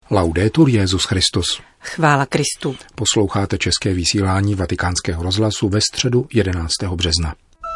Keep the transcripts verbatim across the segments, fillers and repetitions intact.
Laudetur Jesus Christus. Chvála Kristu. Posloucháte české vysílání Vatikánského rozhlasu ve středu jedenáctého března.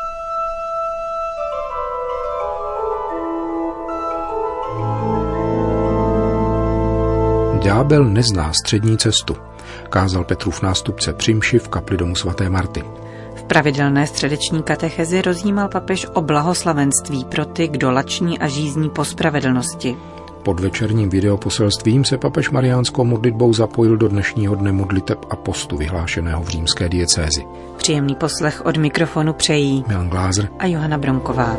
Ďábel nezná střední cestu, kázal Petrův nástupce při mši v kapli domu svaté Marty. V pravidelné středeční katechezi rozjímal papež o blahoslavenství pro ty, kdo lační a žízní po spravedlnosti. Pod večerním videoposelstvím se papež mariánskou modlitbou zapojil do dnešního dne modliteb a postu vyhlášeného v římské diecézi. Příjemný poslech od mikrofonu přejí Milan Glázer a Johana Bronková.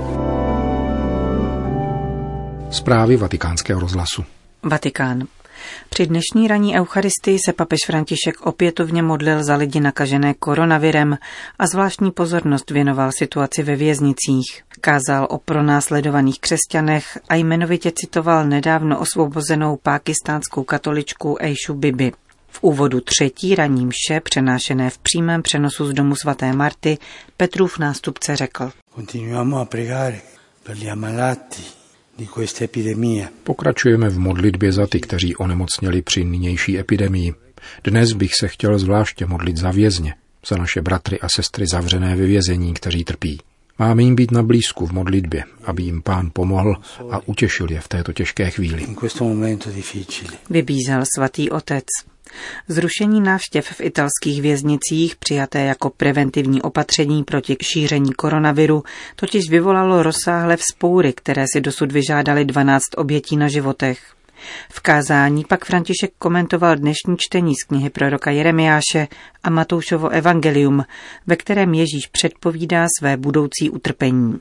Zprávy Vatikánského rozhlasu. Vatikán. Při dnešní ranní eucharistii se papež František opětovně modlil za lidi nakažené koronavirem a zvláštní pozornost věnoval situaci ve věznicích. Kázal o pronásledovaných křesťanech a jmenovitě citoval nedávno osvobozenou pákistánskou katoličku Aishu Bibi. V úvodu třetí ranní mše, přenášené v přímém přenosu z domu svaté Marty, Petrův nástupce řekl: Pokračujeme v modlitbě za ty, kteří onemocněli při nynější epidemii. Dnes bych se chtěl zvláště modlit za vězně, za naše bratry a sestry zavřené ve vězení, kteří trpí. Máme jim být na blízku v modlitbě, aby jim Pán pomohl a utěšil je v této těžké chvíli. Vybízel svatý otec. Zrušení návštěv v italských věznicích, přijaté jako preventivní opatření proti šíření koronaviru, totiž vyvolalo rozsáhlé vzpoury, které si dosud vyžádaly dvanáct obětí na životech. V kázání pak František komentoval dnešní čtení z knihy proroka Jeremiáše a Matoušovo evangelium, ve kterém Ježíš předpovídá své budoucí utrpení.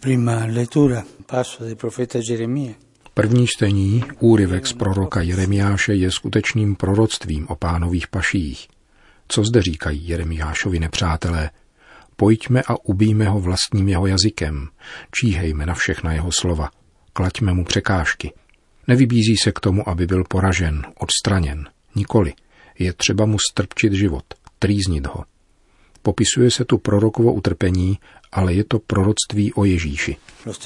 První čtení, úryvek z proroka Jeremiáše, je skutečným proroctvím o Pánových paších. Co zde říkají Jeremiášovi nepřátelé? Pojďme a ubijme ho vlastním jeho jazykem, číhejme na všechna jeho slova, klaďme mu překážky. Nevybízí se k tomu, aby byl poražen, odstraněn. Nikoli. Je třeba mu strpčit život, trýznit ho. Popisuje se tu prorokovo utrpení, ale je to proroctví o Ježíši.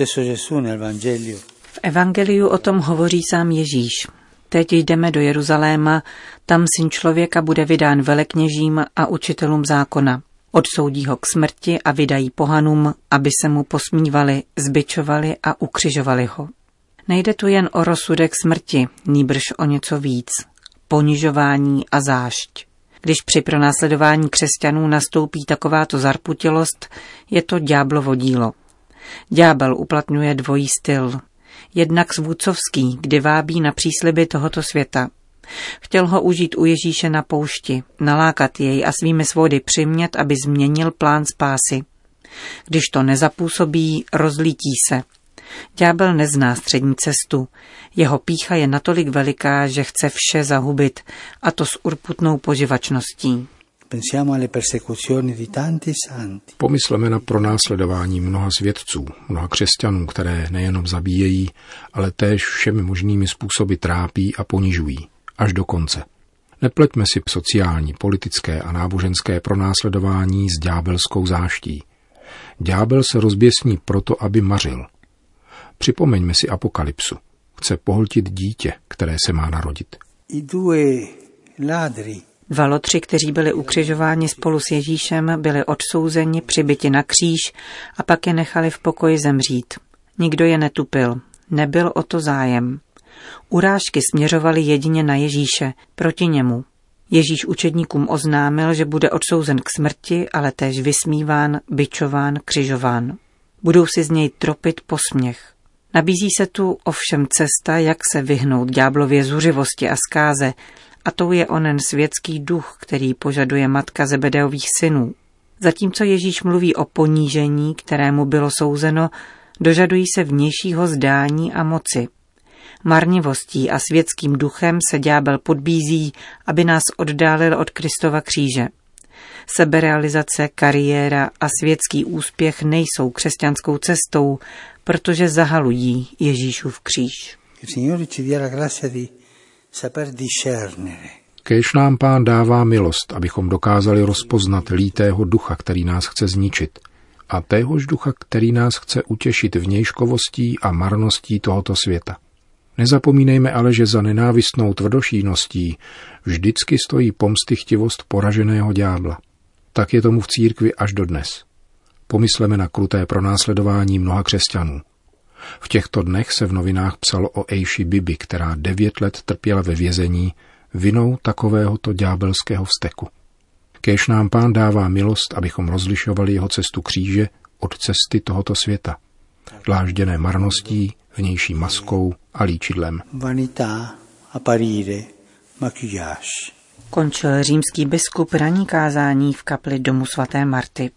V evangeliu o tom hovoří sám Ježíš. Teď jdeme do Jeruzaléma, tam Syn člověka bude vydán velekněžím a učitelům zákona. Odsoudí ho k smrti a vydají pohanům, aby se mu posmívali, zbičovali a ukřižovali ho. Nejde tu jen o rozsudek smrti, nýbrž o něco víc. Ponižování a zášť. Když při pronásledování křesťanů nastoupí takováto zarputilost, je to ďáblovo dílo. Ďábel uplatňuje dvojí styl. Jednak svůdcovský, kdy vábí na přísliby tohoto světa. Chtěl ho užít u Ježíše na poušti, nalákat jej a svými svody přimět, aby změnil plán spásy. Když to nezapůsobí, rozlítí se. Ďábel nezná střední cestu. Jeho pýcha je natolik veliká, že chce vše zahubit, a to s urputnou poživačností. Pomysleme na pronásledování mnoha svědců, mnoha křesťanů, které nejenom zabíjejí, ale též všemi možnými způsoby trápí a ponižují, až do konce. Nepleťme si sociální, politické a náboženské pronásledování s ďábelskou záští. Ďábel se rozběsní proto, aby mařil. Připomeňme si Apokalypsu. Chce pohltit dítě, které se má narodit. Dva lotři, kteří byli ukřižováni spolu s Ježíšem, byli odsouzeni, přibiti na kříž a pak je nechali v pokoji zemřít. Nikdo je netupil. Nebyl o to zájem. Urážky směřovaly jedině na Ježíše, proti němu. Ježíš učedníkům oznámil, že bude odsouzen k smrti, ale též vysmíván, bičován, křižován. Budou si z něj tropit posměch. Nabízí se tu ovšem cesta, jak se vyhnout ďáblově zuřivosti a zkáze, a tou je onen světský duch, který požaduje matka Zebedeových synů. Zatímco Ježíš mluví o ponížení, kterému bylo souzeno, dožadují se vnějšího zdání a moci. Marnivostí a světským duchem se ďábel podbízí, aby nás oddálil od Kristova kříže. Seberealizace, kariéra a světský úspěch nejsou křesťanskou cestou, protože zahalují Ježíšův kříž. Kéž nám Pán dává milost, abychom dokázali rozpoznat lítého ducha, který nás chce zničit, a téhož ducha, který nás chce utěšit vnějškovostí a marností tohoto světa. Nezapomínejme ale, že za nenávistnou tvrdošíností vždycky stojí pomstychtivost poraženého ďábla. Tak je tomu v církvi až dodnes. Pomysleme na kruté pronásledování mnoha křesťanů. V těchto dnech se v novinách psalo o Ejši Bibi, která devět let trpěla ve vězení vinou takovéhoto ďábelského vzteku. Kéž nám Pán dává milost, abychom rozlišovali jeho cestu kříže od cesty tohoto světa, dlážděné marností, vnější maskou a líčidlem. Vanità, apparire, maquillage. Končil římský biskup ranní kázání v kapli domu svaté Marty.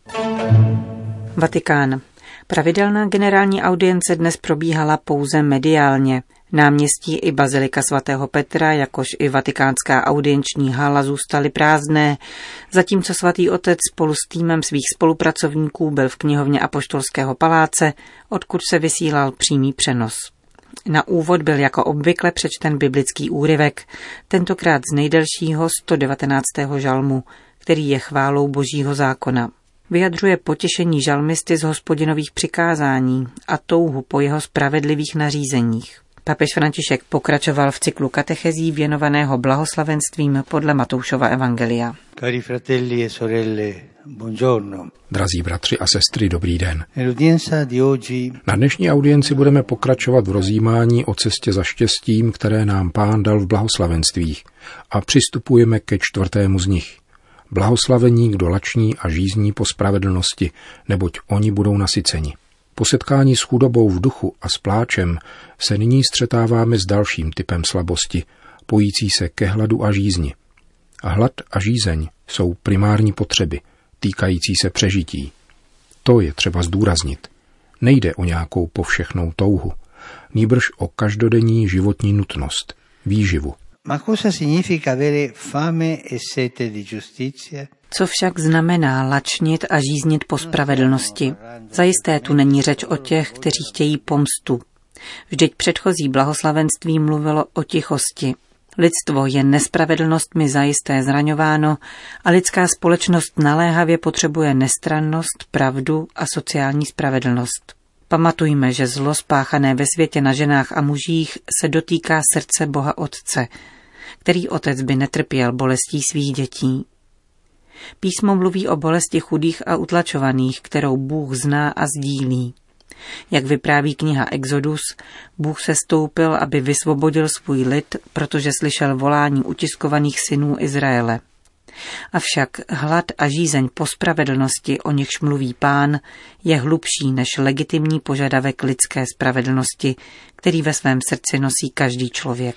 Vatikán. Pravidelná generální audience dnes probíhala pouze mediálně. Náměstí i bazilika svatého Petra, jakož i vatikánská audienční hala zůstaly prázdné, zatímco svatý otec spolu s týmem svých spolupracovníků byl v knihovně Apoštolského paláce, odkud se vysílal přímý přenos. Na úvod byl jako obvykle přečten biblický úryvek, tentokrát z nejdelšího sto devatenáctého žalmu, který je chválou Božího zákona. Vyjadřuje potěšení žalmisty z Hospodinových přikázání a touhu po jeho spravedlivých nařízeních. Papež František pokračoval v cyklu katechezí věnovaného blahoslavenstvím podle Matoušova evangelia. Cari fratelli e sorelle, buongiorno. Drazí bratři a sestry, dobrý den. Na dnešní audienci budeme pokračovat v rozjímání o cestě za štěstím, které nám Pán dal v blahoslavenstvích, a přistupujeme ke čtvrtému z nich. Blahoslavení, kdo lační a žízní po spravedlnosti, neboť oni budou nasyceni. Po setkání s chudobou v duchu a s pláčem se nyní střetáváme s dalším typem slabosti, pojící se ke hladu a žízni. A hlad a žízeň jsou primární potřeby, týkající se přežití. To je třeba zdůraznit. Nejde o nějakou povšechnou touhu, nýbrž o každodenní životní nutnost, výživu. Ma cosa significa avere fame e sete di giustizia? Co však znamená lačnit a žíznit po spravedlnosti? Zajisté tu není řeč o těch, kteří chtějí pomstu. Vždyť předchozí blahoslavenství mluvilo o tichosti. Lidstvo je nespravedlnostmi zajisté zraňováno a lidská společnost naléhavě potřebuje nestrannost, pravdu a sociální spravedlnost. Pamatujme, že zlo spáchané ve světě na ženách a mužích se dotýká srdce Boha Otce, který otec by netrpěl bolestí svých dětí. Písmo mluví o bolesti chudých a utlačovaných, kterou Bůh zná a sdílí. Jak vypráví kniha Exodus, Bůh se stoupil, aby vysvobodil svůj lid, protože slyšel volání utiskovaných synů Izraele. Avšak hlad a žízeň po spravedlnosti, o nichž mluví Pán, je hlubší než legitimní požadavek lidské spravedlnosti, který ve svém srdci nosí každý člověk.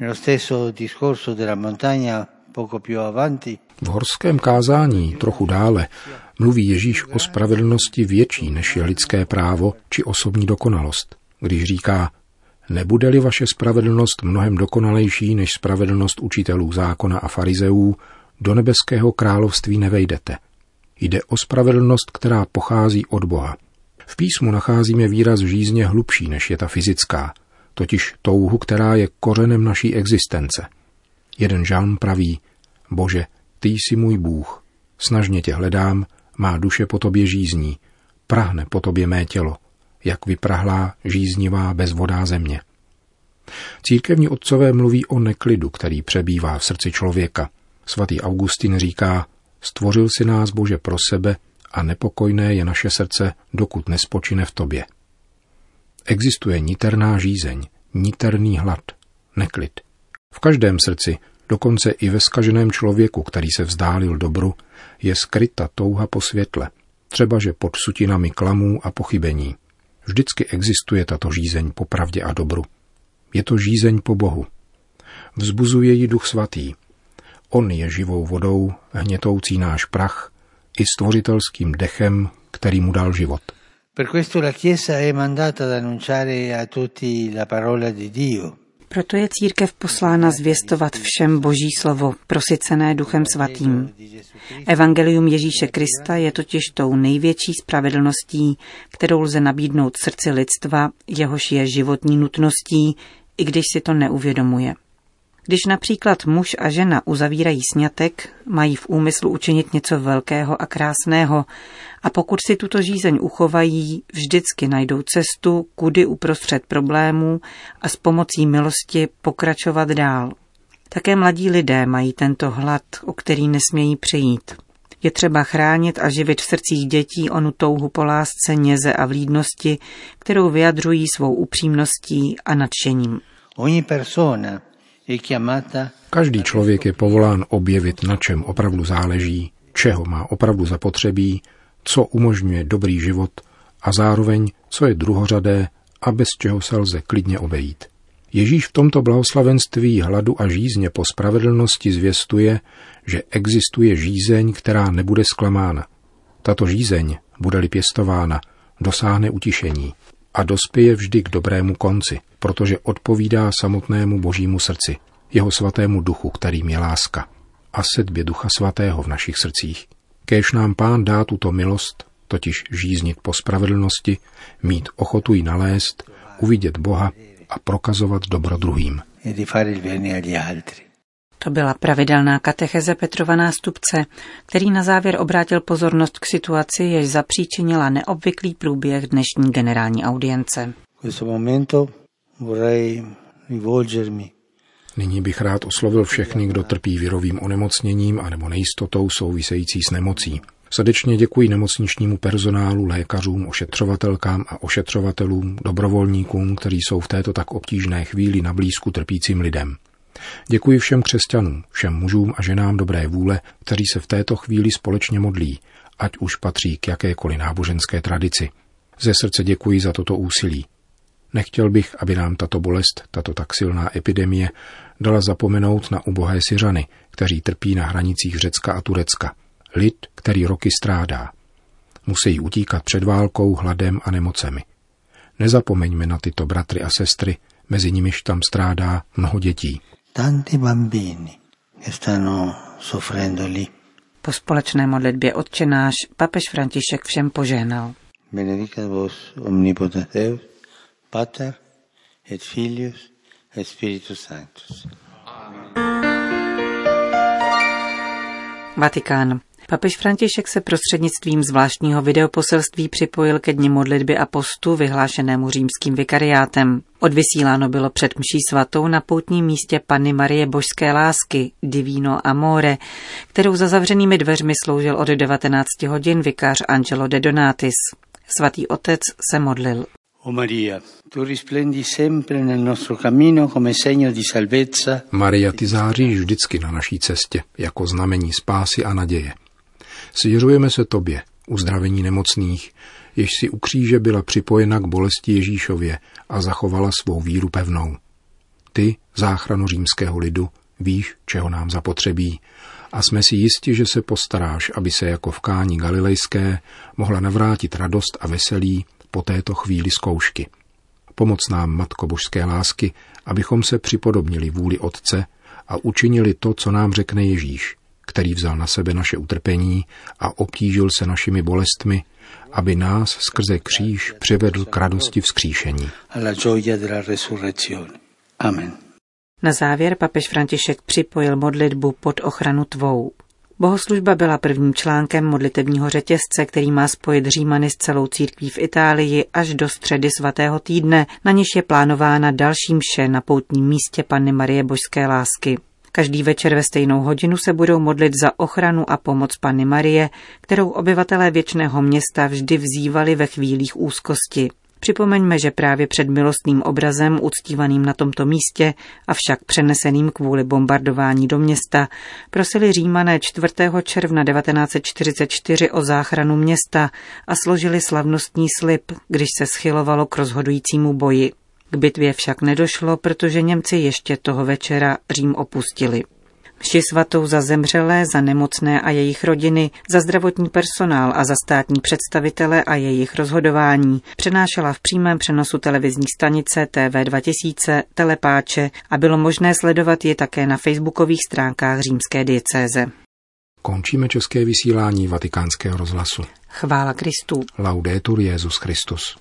V horském kázání trochu dále mluví Ježíš o spravedlnosti větší, než je lidské právo či osobní dokonalost, když říká: nebude-li vaše spravedlnost mnohem dokonalejší než spravedlnost učitelů zákona a farizeů, do nebeského království nevejdete. Jde o spravedlnost, která pochází od Boha. V písmu nacházíme výraz žízně hlubší, než je ta fyzická, totiž touhu, která je kořenem naší existence. Jeden žalm praví: Bože, ty jsi můj Bůh, snažně tě hledám, má duše po tobě žízní, prahne po tobě mé tělo, jak vyprahlá, žíznivá, bezvodá země. Církevní otcové mluví o neklidu, který přebývá v srdci člověka. Svatý Augustin říká: stvořil si nás, Bože, pro sebe a nepokojné je naše srdce, dokud nespočine v tobě. Existuje niterná žízeň, niterný hlad, neklid. V každém srdci, dokonce i ve zkaženém člověku, který se vzdálil dobru, je skryta touha po světle, třeba že pod sutinami klamů a pochybení. Vždycky existuje tato žízeň po pravdě a dobru. Je to žízeň po Bohu. Vzbuzuje ji Duch Svatý. On je živou vodou, hnětoucí náš prach, i stvořitelským dechem, který mu dal život. Proto je církev poslána zvěstovat všem Boží slovo, prosycené Duchem Svatým. Evangelium Ježíše Krista je totiž tou největší spravedlností, kterou lze nabídnout srdci lidstva, jehož je životní nutností, i když si to neuvědomuje. Když například muž a žena uzavírají sňatek, mají v úmyslu učinit něco velkého a krásného a pokud si tuto žízeň uchovají, vždycky najdou cestu, kudy uprostřed problémů a s pomocí milosti pokračovat dál. Také mladí lidé mají tento hlad, o který nesmějí přejít. Je třeba chránit a živit v srdcích dětí onu touhu po lásce, něze a vlídnosti, kterou vyjadřují svou upřímností a nadšením. Každý člověk je povolán objevit, na čem opravdu záleží, čeho má opravdu zapotřebí, co umožňuje dobrý život a zároveň, co je druhořadé a bez čeho se lze klidně obejít. Ježíš v tomto blahoslavenství hladu a žízně po spravedlnosti zvěstuje, že existuje žízeň, která nebude zklamána. Tato žízeň, bude-li pěstována, dosáhne utišení a dospěje vždy k dobrému konci, protože odpovídá samotnému Božímu srdci, jeho svatému duchu, kterým je láska, a sedbě Ducha svatého v našich srdcích. Kéž nám Pán dá tuto milost, totiž žíznit po spravedlnosti, mít ochotu ji nalézt, uvidět Boha a prokazovat dobro druhým. To byla pravidelná katecheze Petrova nástupce, který na závěr obrátil pozornost k situaci, jež zapříčinila neobvyklý průběh dnešní generální audience. Nyní bych rád oslovil všechny, kdo trpí virovým onemocněním anebo nejistotou související s nemocí. Srdečně děkuji nemocničnímu personálu, lékařům, ošetřovatelkám a ošetřovatelům, dobrovolníkům, kteří jsou v této tak obtížné chvíli na blízku trpícím lidem. Děkuji všem křesťanům, všem mužům a ženám dobré vůle, kteří se v této chvíli společně modlí, ať už patří k jakékoliv náboženské tradici. Ze srdce děkuji za toto úsilí. Nechtěl bych, aby nám tato bolest, tato tak silná epidemie, dala zapomenout na ubohé Syřany, kteří trpí na hranicích Řecka a Turecka. Lid, který roky strádá. Musí utíkat před válkou, hladem a nemocemi. Nezapomeňme na tyto bratry a sestry, mezi nimiž tam strádá mnoho dětí. Tanti bambini stanno soffrendo lì. Po společné modlitbě Otčenáš papež František všem požehnal. Benedicat vos omnipotens Deus, Pater et Filius et Spiritus Sanctus. Vatikán. Papež František se prostřednictvím zvláštního videoposelství připojil ke dni modlitby a postu vyhlášenému římským vikariátem. Odvysíláno bylo před mší svatou na poutním místě Panny Marie Božské lásky, Divino Amore, kterou za zavřenými dveřmi sloužil od devatenácti hodin vikář Angelo de Donatis. Svatý otec se modlil. O Maria, tu risplendi sempre nel nostro cammino come segno di salvezza. Maria, ty záříš vždycky na naší cestě, jako znamení spásy a naděje. Svěřujeme se tobě, uzdravení nemocných, jež si u kříže byla připojena k bolesti Ježíšově a zachovala svou víru pevnou. Ty, záchranu římského lidu, víš, čeho nám zapotřebí, a jsme si jisti, že se postaráš, aby se jako v Káni Galilejské mohla navrátit radost a veselí po této chvíli zkoušky. Pomoc nám, Matko Božské lásky, abychom se připodobnili vůli Otce a učinili to, co nám řekne Ježíš, který vzal na sebe naše utrpení a obtížil se našimi bolestmi, aby nás skrze kříž přivedl k radosti vzkříšení. Amen. Na závěr papež František připojil modlitbu pod ochranu tvou. Bohoslužba byla prvním článkem modlitebního řetězce, který má spojit Římany s celou církví v Itálii až do středy svatého týdne, na něž je plánována další mše na poutním místě Panny Marie Božské lásky. Každý večer ve stejnou hodinu se budou modlit za ochranu a pomoc Panny Marie, kterou obyvatelé věčného města vždy vzývali ve chvílích úzkosti. Připomeňme, že právě před milostným obrazem uctívaným na tomto místě, avšak přeneseným kvůli bombardování do města, prosili Římané čtvrtého června devatenáct set čtyřicet čtyři o záchranu města a složili slavnostní slib, když se schylovalo k rozhodujícímu boji. K bitvě však nedošlo, protože Němci ještě toho večera Řím opustili. Mši svatou za zemřelé, za nemocné a jejich rodiny, za zdravotní personál a za státní představitele a jejich rozhodování přenášela v přímém přenosu televizní stanice T V dva tisíce Telepáče a bylo možné sledovat ji také na facebookových stránkách římské diecéze. Končíme české vysílání Vatikánského rozhlasu. Chvála Kristu. Laudetur Jesus Christus.